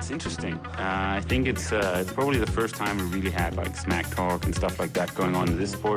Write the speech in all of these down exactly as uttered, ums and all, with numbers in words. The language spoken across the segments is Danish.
it's interesting. Uh, I think it's uh, it's probably the first time we really had like smack talk and stuff like that going on in this sport.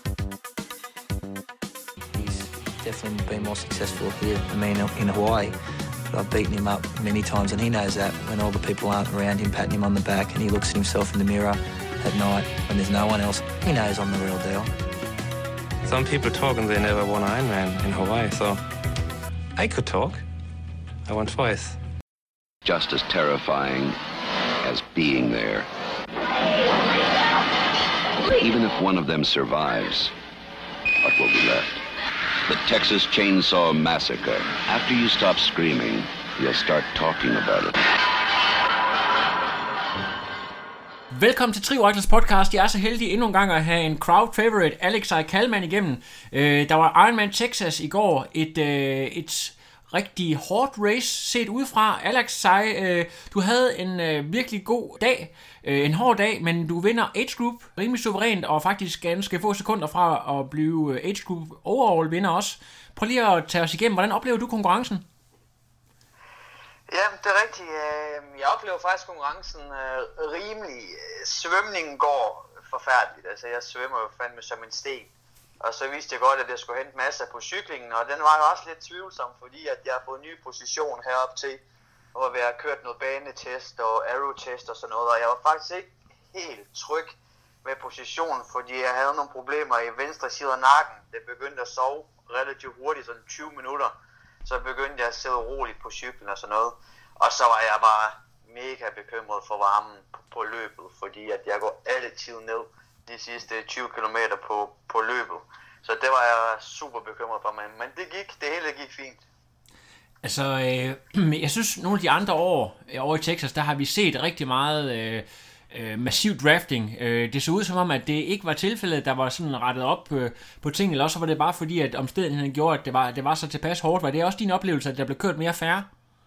He's definitely been more successful here than me in Hawaii. But I've beaten him up many times, and he knows that when all the people aren't around him patting him on the back and he looks at himself in the mirror at night when there's no one else, he knows I'm the real deal. Some people talk and they never won Ironman in Hawaii, so I could talk. I won twice. Just as terrifying as being there. Even if one of them survives, what will be left? The Texas Chainsaw Massacre. After you stop screaming, you'll start talking about it. Velkommen til Trioraklers podcast. Jeg er så heldig endnu en gang at have en crowd favorite, Alexei Kallman, igennem. Øh, der var Ironman Texas i går. Et, øh, et rigtig hårdt race set udefra. Alexei, øh, du havde en øh, virkelig god dag. Øh, en hård dag, men du vinder age group rimelig suverænt, og faktisk ganske få sekunder fra at blive age group overall vinder også. Prøv lige at tage os igennem. Hvordan oplever du konkurrencen? Ja, det er rigtigt. Jeg oplever faktisk konkurrencen rimelig. Svømningen går forfærdeligt. Altså, jeg svømmer jo fandme som en sten. Og så vidste jeg godt, at jeg skulle hente masser på cyklingen, og den var jo også lidt tvivlsom, fordi at jeg har fået ny position herop til, hvor vi har kørt noget banetest og aerotest og sådan noget, og jeg var faktisk ikke helt tryg med positionen, fordi jeg havde nogle problemer i venstre side af nakken. Det begyndte at sove relativt hurtigt, sådan tyve minutter. Så begyndte jeg at sidde roligt på cyklen og sådan noget. Og så var jeg bare mega bekymret for varmen på, på løbet, fordi at jeg går altid ned de sidste tyve kilometer på, på løbet. Så det var jeg super bekymret for, men, men det gik, det hele gik fint. Altså, øh, jeg synes, nogle af de andre år over i Texas, der har vi set rigtig meget øh, øh, massiv drafting. Øh, det så ud som om, at det ikke var tilfældet, der var sådan rettet op øh, på tingene, eller også var det bare fordi, at omstændigheden gjorde, at det var, det var så tilpas hårdt. Var det også din oplevelse, at der blev kørt mere fair?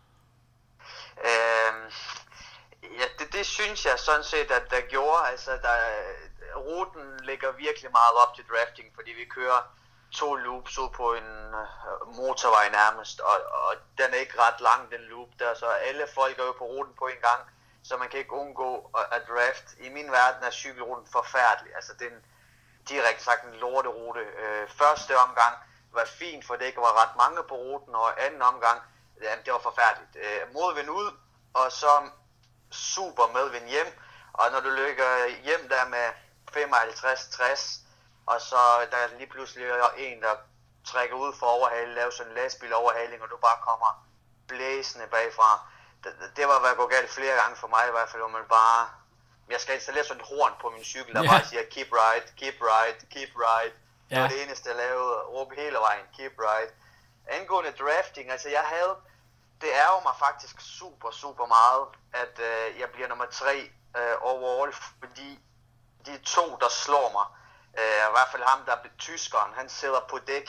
Øhm, ja, det, det synes jeg sådan set, at der gjorde. Altså, der, ruten ligger virkelig meget op til drafting, fordi vi kører to loops ud på en motorvej nærmest, og, og den er ikke ret lang, den loop der, så alle folk er jo på ruten på en gang, så man kan ikke undgå at, at draft. I min verden er cykelruten forfærdelig, altså det er en direkte sagt en lorterute. Øh, første omgang var fint, for det ikke var ret mange på ruten, og anden omgang, ja, det var forfærdeligt. Øh, modvind ud, og så super medvind hjem, og når du løber hjem der med femoghalvtreds tres, og så der er lige pludselig en, der trækker ud for overhale, laver sådan en lastbil overhaling, og du bare kommer blæsende bagfra. Det, det var været gået galt flere gange for mig i hvert fald, hvor man bare... Jeg skal installere sådan et horn på min cykel, der yeah. bare siger, keep right, keep right, keep right. Yeah. Det var det eneste, jeg lavede, råbe hele vejen, keep right. Angående drafting, altså jeg havde... Det ærger mig faktisk super, super meget, at øh, jeg bliver nummer tre øh, overall, fordi de to, der slår mig, øh, i hvert fald ham, der er tyskeren, han sidder på dæk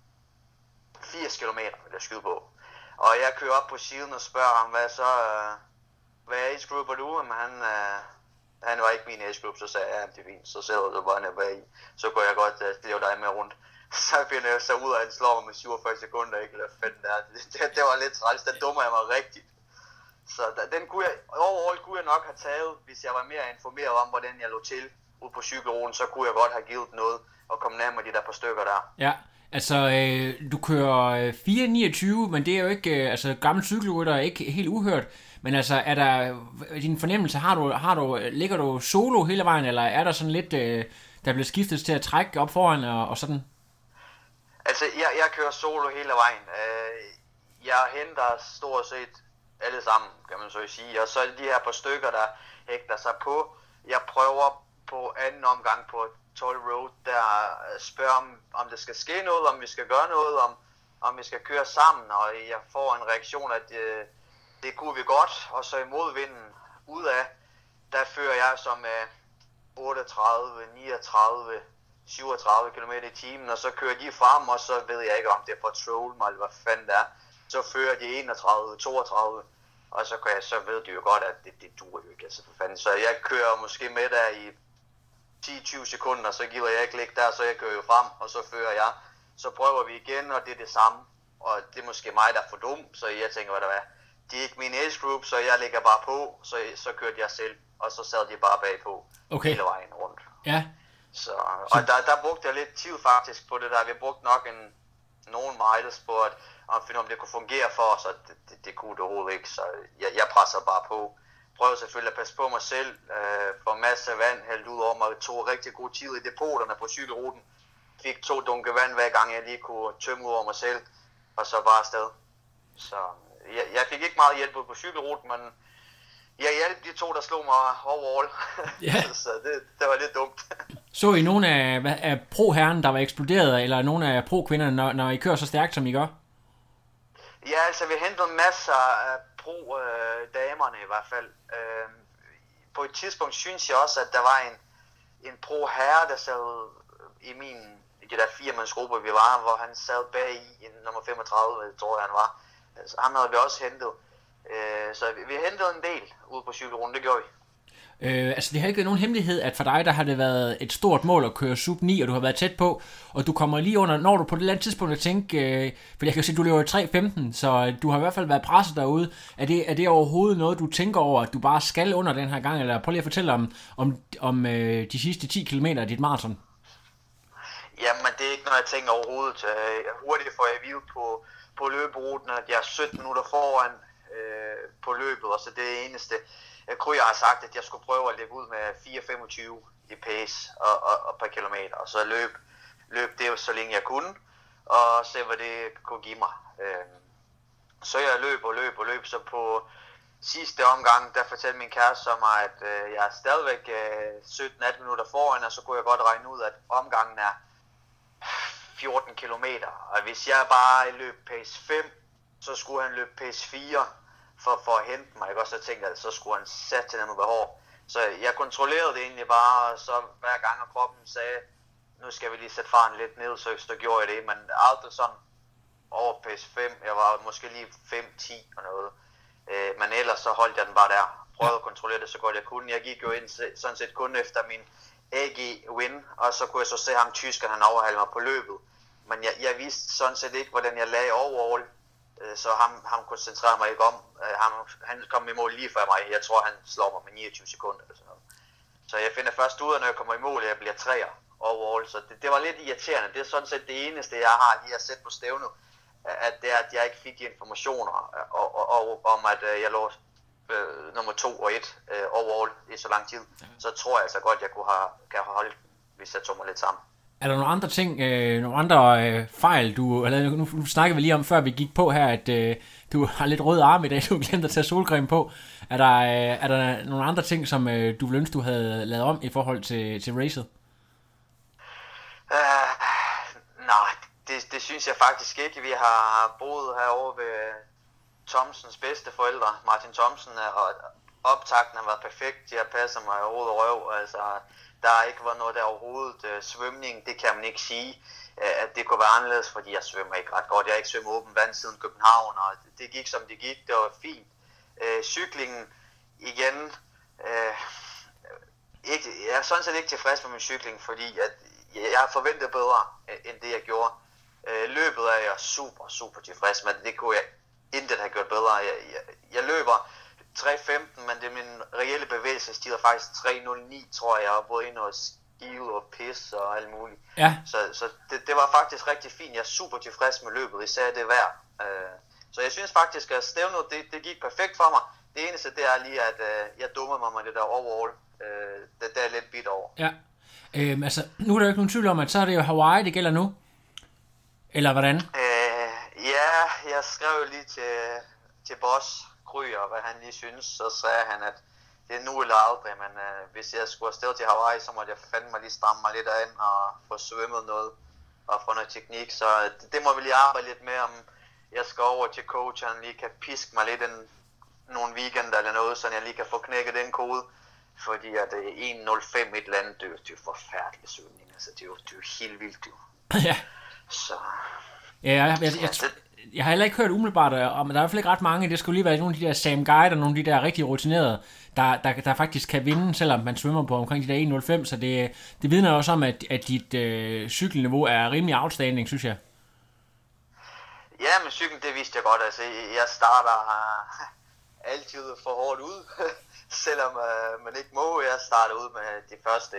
firs kilometer, vil jeg skyde på. Og jeg kører op på siden og spørger ham, hvad så, øh, hvad age group er du? Jamen, han, øh, han var ikke min age group, så sagde jeg, ja, det er fint, så sidder du bare nede bag i. Så går jeg godt, øh, det er jo dig med rundt. Så finder jeg så ud af, at han slår mig med syvogfyrre sekunder, ikke? Eller fanden der. Det, det, det var lidt træls, der dummer jeg mig rigtigt. Så den kunne jeg, overall kunne jeg nok have taget, hvis jeg var mere informeret om, hvordan jeg lå til ude på cykelruten, så kunne jeg godt have givet noget og komme nærmere de der par stykker der. Ja, altså øh, du kører fire niogtyve, men det er jo ikke, øh, altså gammel cykelrytter er ikke helt uhørt, men altså er der, din fornemmelse, har du, har du, ligger du solo hele vejen, eller er der sådan lidt, øh, der bliver skiftet til at trække op foran og, og sådan? Altså jeg, jeg kører solo hele vejen. Jeg henter stort set alle sammen, kan man så sige, og så de her par stykker, der hægter sig på. Jeg prøver på anden omgang på tolv Road, der spørger om, om det skal ske noget, om vi skal gøre noget, om, om vi skal køre sammen, og jeg får en reaktion, at det, det kunne vi godt, og så i modvinden ud af, der fører jeg som otteogtredive, niogtredive, syvogtredive kilometer i timen, og så kører de frem, og så ved jeg ikke, om det er patrol mig, eller hvad fanden det er. Så fører de enogtredive, toogtredive, og så, kan jeg, så ved de jo godt, at det, det duer jo ikke, altså for fanden. Så jeg kører måske med der i ti til tyve sekunder, så giver jeg ikke ligge der, så jeg kører jo frem, og så fører jeg. Så prøver vi igen, og det er det samme, og det er måske mig, der er for dum, så jeg tænker, hvad der er. de er ikke min age group, så jeg ligger bare på, så, så kørte jeg selv, og så sad de bare bagpå okay. hele vejen rundt. Ja. Så, og der, der brugte jeg lidt tid faktisk på det der. Vi brugte nok en, nogle miles på at, at finde, om det kunne fungere for os, og det, det, det kunne det overhovedet ikke, så jeg, jeg presser bare på. Prøvede selvfølgelig at passe på mig selv, øh, få masser af vand hældt ud over mig, tog rigtig god tid i depoterne på cykelruten. Fik to dunke vand hver gang jeg lige kunne tømme ud over mig selv, og så bare afsted. Så jeg, jeg fik ikke meget hjælp på cykelruten, men jeg hjalp de to, der slog mig overall. Ja. Så det, det var lidt dumt. Så I nogle af, af pro-herren, der var eksploderet, eller nogle af pro-kvinderne, når, når I kører så stærkt, som I gør? Ja, altså vi hentede masser af pro-damerne i hvert fald. Øh, på et tidspunkt synes jeg også, at der var en, en pro-herre, der sad i min, i de der fire-mandsgrupper, vi var, hvor han sad bag i nummer femogtredive, tror jeg han var. Altså, ham havde vi også hentet. Øh, så vi, vi hentede en del ude på cykelrunden, det gjorde vi. Øh, altså det har ikke været nogen hemmelighed, at for dig der har det været et stort mål at køre sub ni, og du har været tæt på, og du kommer lige under, når du på det eller andet tidspunkt at tænke, øh, for jeg kan se, at du løber tre femten, så du har i hvert fald været presset derude. Er det, er det overhovedet noget, du tænker over, at du bare skal under den her gang, eller prøv lige at fortælle om, om, om øh, de sidste ti kilometer af dit maraton? Jamen det er ikke noget, jeg tænker overhovedet. Hurtigt får jeg at vide på, på løberuten, at jeg er sytten minutter foran øh, på løbet, og så det eneste. Kryer har sagt, at jeg skulle prøve at lægge ud med fire femogtyve i pace og, og, og per kilometer, og så løb, løb det så længe jeg kunne, og se hvad det kunne give mig. Så jeg løb og løb og løb, så på sidste omgang, der fortalte min kæreste så mig, at jeg er stadigvæk sytten atten minutter foran, og så kunne jeg godt regne ud, at omgangen er fjorten kilometer, og hvis jeg bare løb pace fem, så skulle han løbe pace fire, For, for at hente mig, ikke? Og så tænkte jeg, at så skulle han sætte til noget hård. Så jeg kontrollerede det egentlig bare, og så hver gang at kroppen sagde, nu skal vi lige sætte faren lidt ned, så, så gjorde jeg det, men aldrig sådan over pace fem, jeg var måske lige fem ti og noget. Øh, men ellers så holdt jeg den bare der, prøvede at kontrollere det så godt jeg kunne. Jeg gik jo ind sådan set kun efter min A G-win, og så kunne jeg så se ham tyskeren, han overhalede mig på løbet. Men jeg, jeg vidste sådan set ikke, hvordan jeg lagde overall. Så ham, ham koncentrerede mig ikke om. Han, han kom i mål lige før mig. Jeg tror, han slår mig med niogtyve sekunder eller sådan noget. Så jeg finder først ud af, når jeg kommer i mål, at jeg bliver treer overall. Så det, det var lidt irriterende. Det er sådan set det eneste, jeg har lige at sætte på stævnet. At det er, at jeg ikke fik de informationer og, og, og, om, at jeg lå øh, nummer to og et øh, overall i så lang tid. Så tror jeg altså godt, jeg kunne have, kan have holdt, hvis jeg tog mig lidt sammen. Er der nogle andre ting, øh, nogle andre øh, fejl, du, eller nu, nu snakker vi lige om, før vi gik på her, at øh, du har lidt røde arme i dag, du glemte at tage solcreme på. Er der, øh, er der nogle andre ting, som øh, du ville ønske, du havde lavet om i forhold til, til racet? Uh, nej, det, det synes jeg faktisk ikke. Vi har boet herovre ved Thomsens bedste forældre, Martin Thomsen, og optakten har været perfekt. De har passet mig i hoved og røv, altså. Der har ikke været noget der overhovedet. Øh, svømning, det kan man ikke sige, øh, at det kunne være anderledes, fordi jeg svømmer ikke ret godt. Jeg har ikke svømmet åben vand siden København, og det, det gik som det gik. Det var fint. Øh, cyklingen, igen, øh, ikke, jeg er sådan set ikke tilfreds med min cykling, fordi at jeg har forventet bedre, end det jeg gjorde. Øh, løbet er jeg super, super tilfreds med. Det kunne jeg intet have gjort bedre. Jeg, jeg, jeg løber tre femten, men det er min reelle bevægelsestid er faktisk tre nul ni, tror jeg, og både ind og skive og pis og alt muligt. Ja. Så, så det, det var faktisk rigtig fint. Jeg er super tilfreds med løbet, især det vejr. Uh, så jeg synes faktisk, at stævnet, det, det gik perfekt for mig. Det eneste, det er lige, at uh, jeg dummede mig med det der overall. Uh, det, det er lidt bit over. Ja. Øhm, altså, nu er der jo ikke nogen tvivl om, at så er det jo Hawaii, det gælder nu. Eller hvordan? Uh, ja, jeg skrev jo lige til, til Boss Kryer, hvad han lige synes, så sagde han, at det er nu eller aldrig, men øh, hvis jeg skulle afsted til Hawaii, så måtte jeg fandme lige stramme mig lidt ind og få svømmet noget og få noget teknik, så det, det må vi lige arbejde lidt med, om jeg skal over til coach, han lige kan piske mig lidt en, nogle weekender eller noget, så jeg lige kan få knækket den kode, fordi at det er en nul fem et eller andet, det er jo forfærdelig svømning, altså det er jo, det er jo helt vildt, jo. Ja. Så... Ja, jeg, jeg, jeg, jeg, jeg har heller ikke hørt umiddelbart, og der er i hvert fald ikke ret mange, det skulle lige være nogle af de der Sam Guide og nogle af de der rigtig rutinerede, der, der, der faktisk kan vinde, selvom man svømmer på omkring de der en nul fem, så det, det vidner også om, at, at dit øh, cykelniveau er rimelig outstanding, synes jeg. Ja, men cyklen, det vidste jeg godt, altså jeg starter, altid for hårdt ud, selvom øh, man ikke må. Jeg starter ud med de første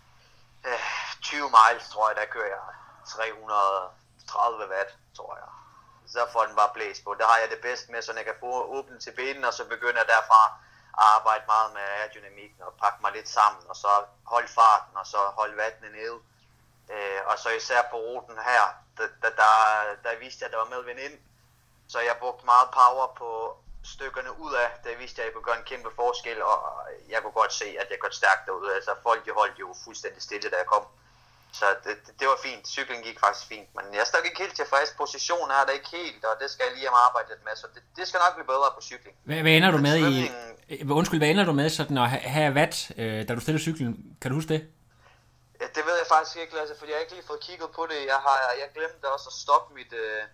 øh, tyve miles, tror jeg, der kører jeg tre hundrede og tredive watt, tror jeg. Så får den bare blæst på. Der har jeg det bedst med, så jeg kan få åbent til benene, og så begynder jeg derfra at arbejde meget med aerodynamikken og pakke mig lidt sammen, og så holde farten, og så holde vandet nede. Øh, og så især på ruten her, der, der, der, der viste jeg, at der var medvind ind. Så jeg brugte meget power på stykkerne ud af. Der viste jeg, at jeg kunne gøre en kæmpe forskel, og jeg kunne godt se, at jeg kørte stærkt derude. Altså folk de holdt jo fuldstændig stille, da jeg kom. Så det, det, det var fint. Cyklen gik faktisk fint. Men jeg er stadig ikke helt tilfreds. Positionen er der ikke helt, og det skal jeg lige have arbejdet lidt med. Så det, det skal nok blive bedre på cykling. Hvad, hvad ender du med i... Undskyld, hvad ender du med sådan at have watt, øh, da du stiller cyklen? Kan du huske det? Ja, det ved jeg faktisk ikke, Lasse, fordi jeg har ikke lige fået kigget på det. Jeg har jeg glemte også at stoppe mit, øh,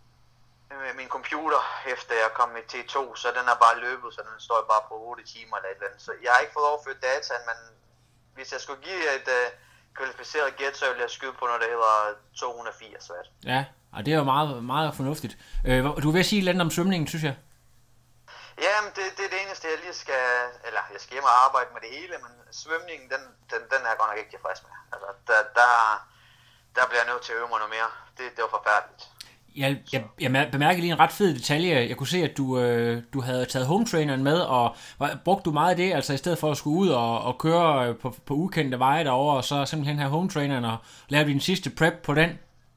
min computer, efter jeg kom med T to, så den er bare løbet, så den står bare på otte timer eller et eller andet. Så jeg har ikke fået overført data, men hvis jeg skulle give et øh, kvalificeret gæt, så ville jeg skyde på noget, der hedder to hundrede og firs watt. Ja, og det er jo meget, meget fornuftigt. Øh, du vil sige lidt om svømningen, synes jeg? Jamen, det, det er det eneste, jeg lige skal... Eller, jeg skal hjem og arbejde med det hele, men svømningen, den, den, den er jeg godt nok ikke tilfreds med. Altså, der, der, der bliver jeg nødt til at øve mig noget mere. Det, det var forfærdeligt. Jeg, jeg, jeg bemærker lige en ret fed detalje. Jeg kunne se, at du, øh, du havde taget hometraineren med, og brugte du meget af det, altså i stedet for at skulle ud og, og køre på, på ukendte veje derovre, og så simpelthen have hometraineren og lave din sidste prep på den?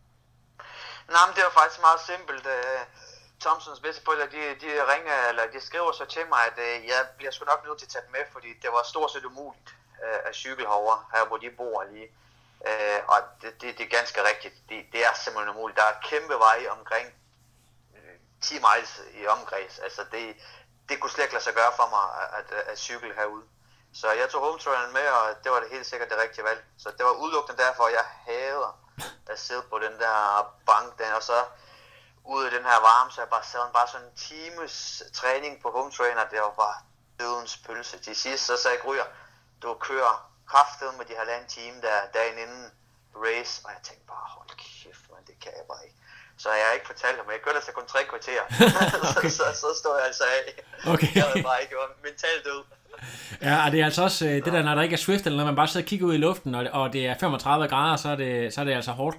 Nej, men det var faktisk meget simpelt. Thomsons bedsteforældre, de, de ringer, eller de skriver så til mig, at øh, jeg bliver sgu nok nødt til at tage dem med, fordi det var stort set umuligt øh, at cykle herovre, her hvor de bor lige. Øh, og det, det, det er ganske rigtigt. Det, det er simpelthen umuligt. Der er kæmpe veje omkring øh, ti miles i omkreds. Altså det, det kunne slet ikke lade sig gøre for mig at, at, at cykle herude. Så jeg tog hometraineren med, og det var det helt sikkert det rigtige valg. Så det var udelukkende derfor, jeg hader at sidde på den der bank, den, og så ud af den her varme, så jeg bare sad bare sådan en times træning på home trainer, det var bare dødens pølse. Til sidst så sagde Gryer, du kører kraftet med de halvanden time der dagen inden race, og jeg tænkte bare, hold kæft, man, det kan jeg bare ikke. Så jeg har ikke fortalt ham, jeg gør det så kun tre kvarter, okay. så, så, så står jeg altså af. Okay. Jeg havde bare ikke gjort mentalt død. Ja, og det er altså også det der, når der ikke er Swift, eller når man bare sidder og kigger ud i luften, og, og det er femogtredive grader, så er det, så er det altså hårdt.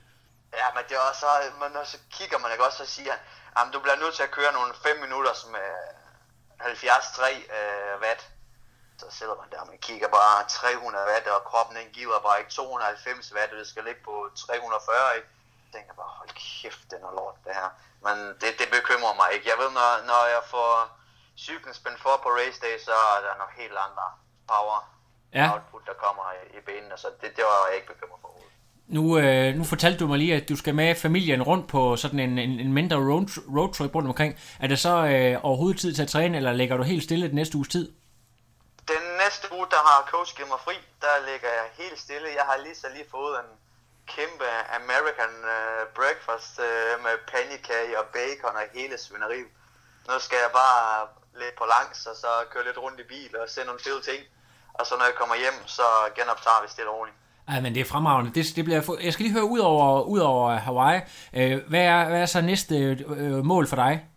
Ja, men det er også, men så kigger man ikke også og siger, at du bliver nødt til at køre nogle fem minutter med halvfjerds komma tre øh, watt. Så sidder man der, og man kigger bare tre hundrede watt, og kroppen den giver bare ikke to hundrede og halvfems watt, og det skal ligge på tre hundrede og fyrre, ikke? Jeg tænker bare, hold kæft, det er noget lort, det her. Men det, det bekymrer mig ikke. Jeg ved, når, når jeg får cyklen spændt for på race day, så er der nogle helt andre power ja. output, der kommer i, i benene, så det, det var jeg ikke bekymret for. Nu, øh, nu fortalte du mig lige, at du skal med familien rundt på sådan en, en, en mindre road, roadtrip rundt omkring. Er det så øh, overhovedet tid til at træne, eller ligger du helt stille den næste uges tid? Den næste uge, der har coach givet mig fri, der ligger jeg helt stille. Jeg har lige så lige fået en kæmpe American uh, breakfast uh, med pandekage og bacon og hele svineriet. Nu skal jeg bare lidt på langs, og så køre lidt rundt i bil og se nogle fede ting. Og så når jeg kommer hjem, så genoptager vi stille og roligt. Ej, men det er fremragende. Det, det bliver, jeg skal lige høre ud over, ud over Hawaii. Øh, hvad, er, hvad er så næste øh, mål for dig?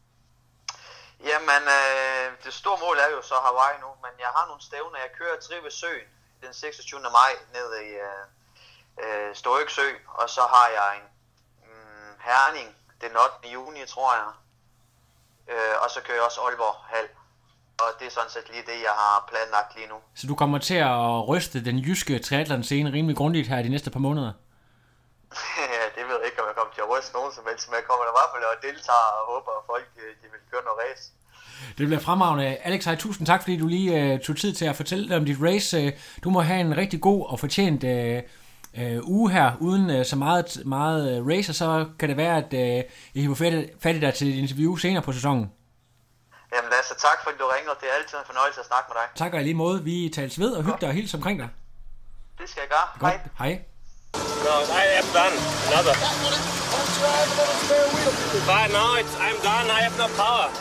Jamen, øh, det store mål er jo så Hawaii nu, men jeg har nogle stævner. Jeg kører tri ved søen den seksogtyvende maj ned i øh, øh, Storøk Sø, og så har jeg en mm, Herning den ottende juni, tror jeg. Øh, og så kører jeg også Aalborg halv. Og det er sådan set lige det, jeg har planlagt lige nu. Så du kommer til at ryste den jyske triathlon-scene rimelig grundigt her de næste par måneder? Ja, det ved jeg ikke, om jeg kommer til at ryste nogen som helst, men jeg kommer der i hvert fald og deltager og håber, at folk de vil køre noget race. Det bliver fremragende. Alex, hej, tusind tak, fordi du lige uh, tog tid til at fortælle om dit race. Uh, du må have en rigtig god og fortjent uh, uh, uge her, uden uh, så meget, meget uh, race, og så kan det være, at uh, I kan få fat i dig til et interview senere på sæsonen. Jamen Lasse, tak fordi du ringede. Det er altid en fornøjelse at snakke med dig. Tak og i lige måde. Vi tales ved og hygge dig og hils omkring dig. Det skal jeg gøre. Godt. Hej. Hej. No, I am done. Another. But no, it's, I'm done. I have no power.